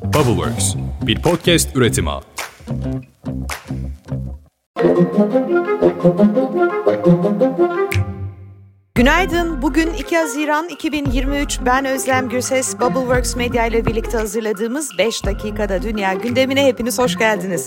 Bubbleworks, bir podcast üretimi. Günaydın. Bugün 2 Haziran 2023. Ben Özlem Gürses. Bubbleworks Medya ile birlikte hazırladığımız 5 dakikada dünya gündemine hepiniz hoş geldiniz.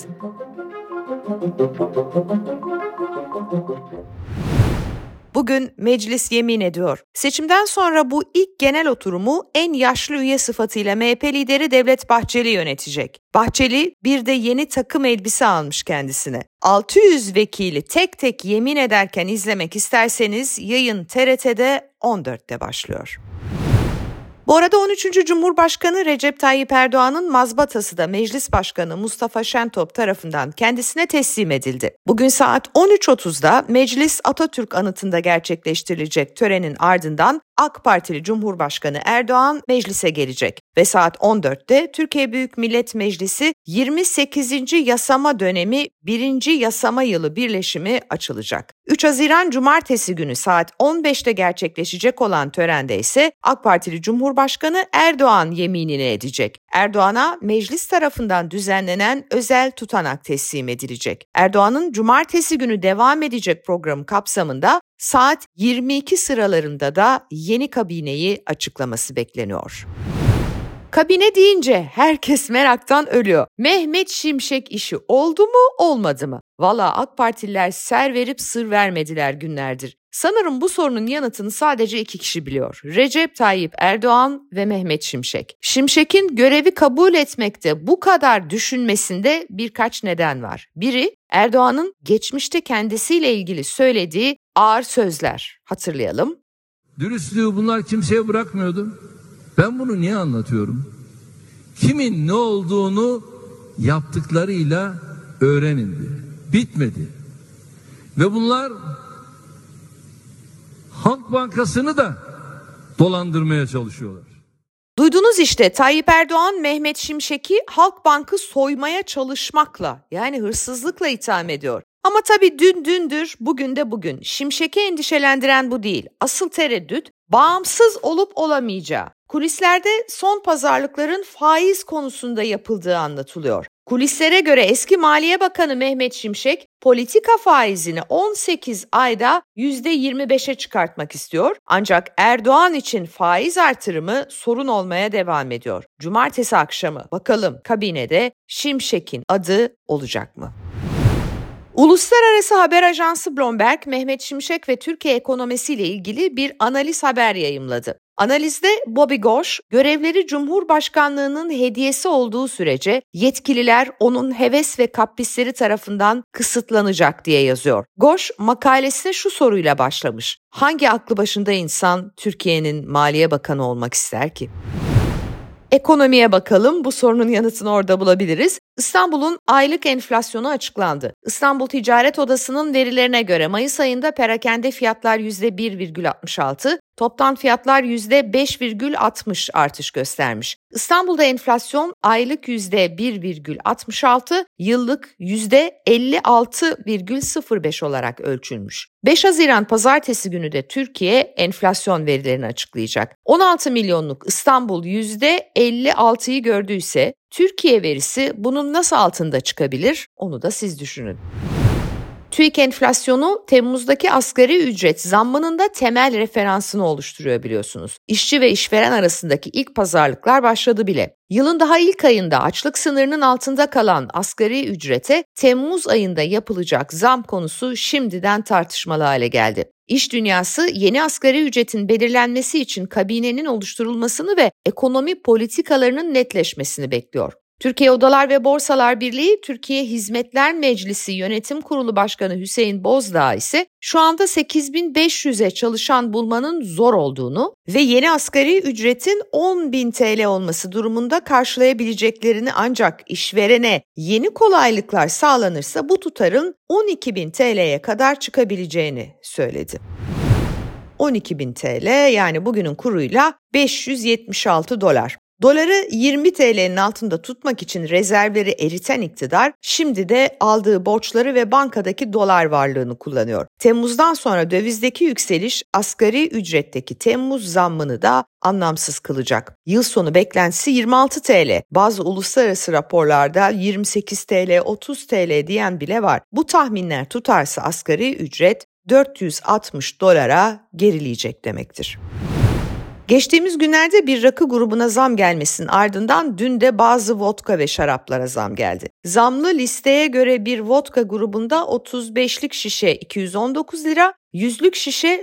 Bugün meclis yemin ediyor. Seçimden sonra bu ilk genel oturumu en yaşlı üye sıfatıyla MHP lideri Devlet Bahçeli yönetecek. Bahçeli bir de yeni takım elbise almış kendisine. 600 vekili tek tek yemin ederken izlemek isterseniz yayın TRT'de 14'te başlıyor. Bu arada 13. Cumhurbaşkanı Recep Tayyip Erdoğan'ın mazbatası da Meclis Başkanı Mustafa Şentop tarafından kendisine teslim edildi. Bugün saat 13.30'da Meclis Atatürk Anıtı'nda gerçekleştirilecek törenin ardından AK Partili Cumhurbaşkanı Erdoğan meclise gelecek ve saat 14'te Türkiye Büyük Millet Meclisi 28. yasama dönemi 1. yasama yılı birleşimi açılacak. 3 Haziran Cumartesi günü saat 15'te gerçekleşecek olan törende ise AK Partili Cumhurbaşkanı Erdoğan yeminini edecek. Erdoğan'a meclis tarafından düzenlenen özel tutanak teslim edilecek. Erdoğan'ın Cumartesi günü devam edecek programı kapsamında saat 22 sıralarında da yeni kabineyi açıklaması bekleniyor. Kabine deyince herkes meraktan ölüyor. Mehmet Şimşek işi oldu mu, olmadı mı? Valla AK Partililer ser verip sır vermediler günlerdir. Sanırım bu sorunun yanıtını sadece 2 kişi biliyor. Recep Tayyip Erdoğan ve Mehmet Şimşek. Şimşek'in görevi kabul etmekte bu kadar düşünmesinde birkaç neden var. Biri, Erdoğan'ın geçmişte kendisiyle ilgili söylediği ağır sözler. Hatırlayalım. Dürüstlüğü bunlar kimseye bırakmıyordu. Ben bunu niye anlatıyorum? Kimin ne olduğunu yaptıklarıyla öğrenin diye. Bitmedi. Ve bunlar Halk Bankası'nı da dolandırmaya çalışıyorlar. Duydunuz işte, Tayyip Erdoğan Mehmet Şimşek'i Halk Bank'ı soymaya çalışmakla, yani hırsızlıkla itham ediyor. Ama tabii dün dündür, bugün de bugün. Şimşek'i endişelendiren bu değil. Asıl tereddüt bağımsız olup olamayacağı. Kulislerde son pazarlıkların faiz konusunda yapıldığı anlatılıyor. Kulislere göre eski Maliye Bakanı Mehmet Şimşek politika faizini 18 ayda %25'e çıkartmak istiyor. Ancak Erdoğan için faiz artırımı sorun olmaya devam ediyor. Cumartesi akşamı bakalım kabinede Şimşek'in adı olacak mı? Uluslararası haber ajansı Bloomberg, Mehmet Şimşek ve Türkiye ekonomisiyle ilgili bir analiz haber yayımladı. Analizde Bobby Ghosh, görevleri Cumhurbaşkanlığının hediyesi olduğu sürece yetkililer onun heves ve kaprisleri tarafından kısıtlanacak diye yazıyor. Ghosh makalesine şu soruyla başlamış: hangi aklı başında insan Türkiye'nin Maliye Bakanı olmak ister ki? Ekonomiye bakalım, bu sorunun yanıtını orada bulabiliriz. İstanbul'un aylık enflasyonu açıklandı. İstanbul Ticaret Odası'nın verilerine göre Mayıs ayında perakende fiyatlar %1,66, toptan fiyatlar %5,60 artış göstermiş. İstanbul'da enflasyon aylık %1,66, yıllık %56,05 olarak ölçülmüş. 5 Haziran Pazartesi günü de Türkiye enflasyon verilerini açıklayacak. 16 milyonluk İstanbul %56'yı gördüyse Türkiye verisi bunun nasıl altında çıkabilir? Onu da siz düşünün. TÜİK enflasyonu Temmuz'daki asgari ücret zammının da temel referansını oluşturuyor biliyorsunuz. İşçi ve işveren arasındaki ilk pazarlıklar başladı bile. Yılın daha ilk ayında açlık sınırının altında kalan asgari ücrete Temmuz ayında yapılacak zam konusu şimdiden tartışmalı hale geldi. İş dünyası yeni asgari ücretin belirlenmesi için kabinenin oluşturulmasını ve ekonomi politikalarının netleşmesini bekliyor. Türkiye Odalar ve Borsalar Birliği, Türkiye Hizmetler Meclisi Yönetim Kurulu Başkanı Hüseyin Bozdağ ise şu anda 8.500'e çalışan bulmanın zor olduğunu ve yeni asgari ücretin 10.000 TL olması durumunda karşılayabileceklerini, ancak işverene yeni kolaylıklar sağlanırsa bu tutarın 12.000 TL'ye kadar çıkabileceğini söyledi. 12.000 TL, yani bugünün kuruyla $576. Doları 20 TL'nin altında tutmak için rezervleri eriten iktidar şimdi de aldığı borçları ve bankadaki dolar varlığını kullanıyor. Temmuz'dan sonra dövizdeki yükseliş asgari ücretteki Temmuz zammını da anlamsız kılacak. Yıl sonu beklentisi 26 TL. Bazı uluslararası raporlarda 28 TL, 30 TL diyen bile var. Bu tahminler tutarsa asgari ücret 460 dolara gerileyecek demektir. Geçtiğimiz günlerde bir rakı grubuna zam gelmesinin ardından dün de bazı vodka ve şaraplara zam geldi. Zamlı listeye göre bir vodka grubunda 35'lik şişe 219 lira, 100'lük şişe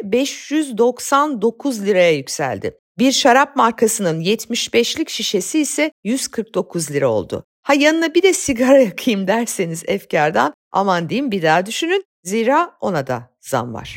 599 liraya yükseldi. Bir şarap markasının 75'lik şişesi ise 149 lira oldu. Ha yanına bir de sigara yakayım derseniz efkardan aman diyeyim bir daha düşünün, zira ona da zam var.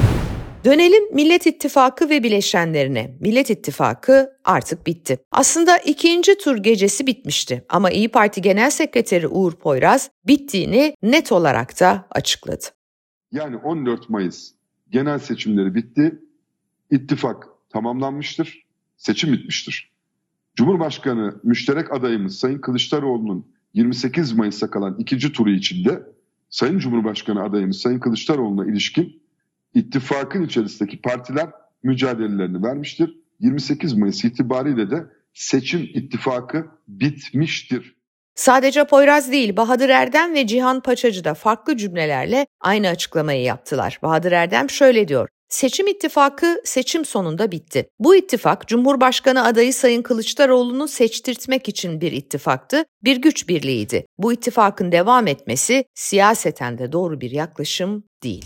Dönelim Millet İttifakı ve bileşenlerine. Millet İttifakı artık bitti. Aslında ikinci tur gecesi bitmişti ama İYİ Parti Genel Sekreteri Uğur Poyraz bittiğini net olarak da açıkladı. Yani 14 Mayıs genel seçimleri bitti, ittifak tamamlanmıştır, seçim bitmiştir. Cumhurbaşkanı müşterek adayımız Sayın Kılıçdaroğlu'nun 28 Mayıs'a kalan ikinci turu içinde Sayın Cumhurbaşkanı adayımız Sayın Kılıçdaroğlu'na ilişkin İttifakın içerisindeki partiler mücadelelerini vermiştir. 28 Mayıs itibariyle de seçim ittifakı bitmiştir. Sadece Poyraz değil, Bahadır Erdem ve Cihan Paçacı da farklı cümlelerle aynı açıklamayı yaptılar. Bahadır Erdem şöyle diyor: Seçim ittifakı seçim sonunda bitti. Bu ittifak Cumhurbaşkanı adayı Sayın Kılıçdaroğlu'nu seçtirtmek için bir ittifaktı, bir güç birliğiydi. Bu ittifakın devam etmesi siyaseten de doğru bir yaklaşım değil.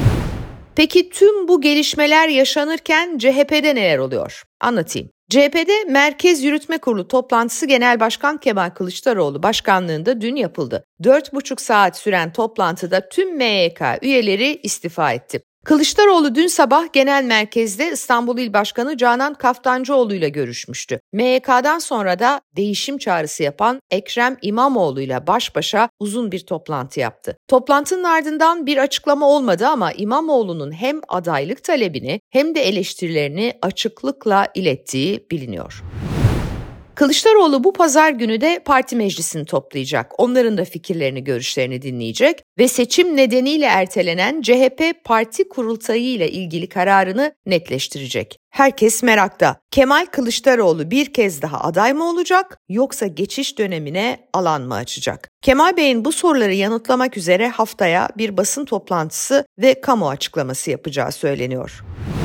Peki tüm bu gelişmeler yaşanırken CHP'de neler oluyor? Anlatayım. CHP'de Merkez Yürütme Kurulu toplantısı Genel Başkan Kemal Kılıçdaroğlu başkanlığında dün yapıldı. 4,5 saat süren toplantıda tüm MYK üyeleri istifa etti. Kılıçdaroğlu dün sabah genel merkezde İstanbul İl Başkanı Canan Kaftancıoğlu ile görüşmüştü. MYK'dan sonra da değişim çağrısı yapan Ekrem İmamoğlu ile baş başa uzun bir toplantı yaptı. Toplantının ardından bir açıklama olmadı ama İmamoğlu'nun hem adaylık talebini hem de eleştirilerini açıklıkla ilettiği biliniyor. Kılıçdaroğlu bu pazar günü de parti meclisini toplayacak. Onların da fikirlerini, görüşlerini dinleyecek ve seçim nedeniyle ertelenen CHP parti kurultayı ile ilgili kararını netleştirecek. Herkes merakta. Kemal Kılıçdaroğlu bir kez daha aday mı olacak yoksa geçiş dönemine alan mı açacak? Kemal Bey'in bu soruları yanıtlamak üzere haftaya bir basın toplantısı ve kamu açıklaması yapacağı söyleniyor.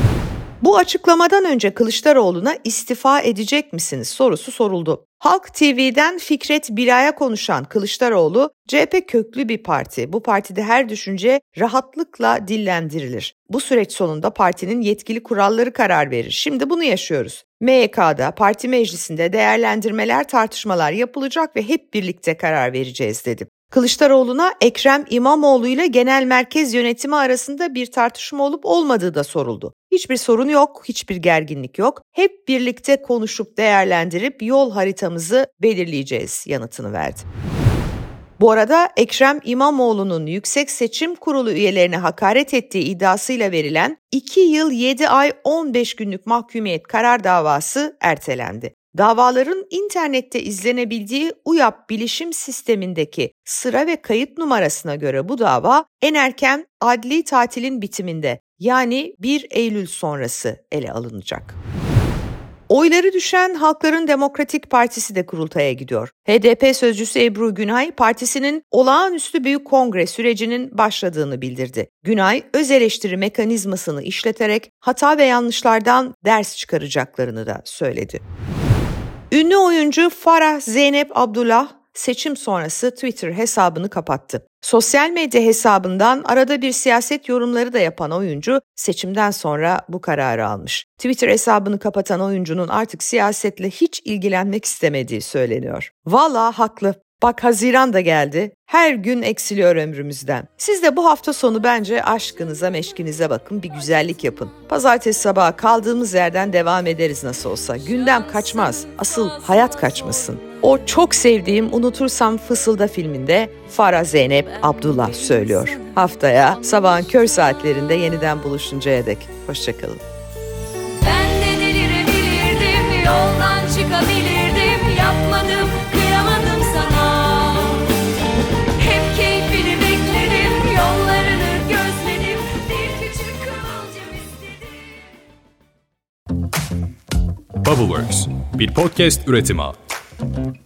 Bu açıklamadan önce Kılıçdaroğlu'na istifa edecek misiniz sorusu soruldu. Halk TV'den Fikret Bilay'a konuşan Kılıçdaroğlu, CHP köklü bir parti. Bu partide her düşünce rahatlıkla dillendirilir. Bu süreç sonunda partinin yetkili kuralları karar verir. Şimdi bunu yaşıyoruz. MYK'da, parti meclisinde değerlendirmeler, tartışmalar yapılacak ve hep birlikte karar vereceğiz dedi. Kılıçdaroğlu'na Ekrem İmamoğlu ile genel merkez yönetimi arasında bir tartışma olup olmadığı da soruldu. Hiçbir sorun yok, hiçbir gerginlik yok. Hep birlikte konuşup değerlendirip yol haritamızı belirleyeceğiz yanıtını verdi. Bu arada Ekrem İmamoğlu'nun Yüksek Seçim Kurulu üyelerine hakaret ettiği iddiasıyla verilen 2 yıl 7 ay 15 günlük mahkumiyet karar davası ertelendi. Davaların internette izlenebildiği UYAP bilişim sistemindeki sıra ve kayıt numarasına göre bu dava en erken adli tatilin bitiminde yani 1 Eylül sonrası ele alınacak. Oyları düşen Halkların Demokratik Partisi de kurultaya gidiyor. HDP sözcüsü Ebru Günay, partisinin olağanüstü büyük kongre sürecinin başladığını bildirdi. Günay, öz eleştiri mekanizmasını işleterek hata ve yanlışlardan ders çıkaracaklarını da söyledi. Ünlü oyuncu Farah Zeynep Abdullah seçim sonrası Twitter hesabını kapattı. Sosyal medya hesabından arada bir siyaset yorumları da yapan oyuncu seçimden sonra bu kararı almış. Twitter hesabını kapatan oyuncunun artık siyasetle hiç ilgilenmek istemediği söyleniyor. Vallahi haklı. Bak Haziran da geldi. Her gün eksiliyor ömrümüzden. Siz de bu hafta sonu bence aşkınıza, meşkinize bakın, bir güzellik yapın. Pazartesi sabahı kaldığımız yerden devam ederiz nasıl olsa. Gündem kaçmaz. Asıl hayat kaçmasın. O çok sevdiğim Unutursam Fısılda filminde Farah Zeynep Abdullah söylüyor. Haftaya sabahın kör saatlerinde yeniden buluşuncaya dek. Hoşçakalın. Ben de delirebilirdim yoldan çıkabilirdim, yapmadım, kıyamadım sana. Hep keyfini bekledim, yollarını gözledim, bir küçük kıvılcım istedim. Bubbleworks, bir podcast üretimi.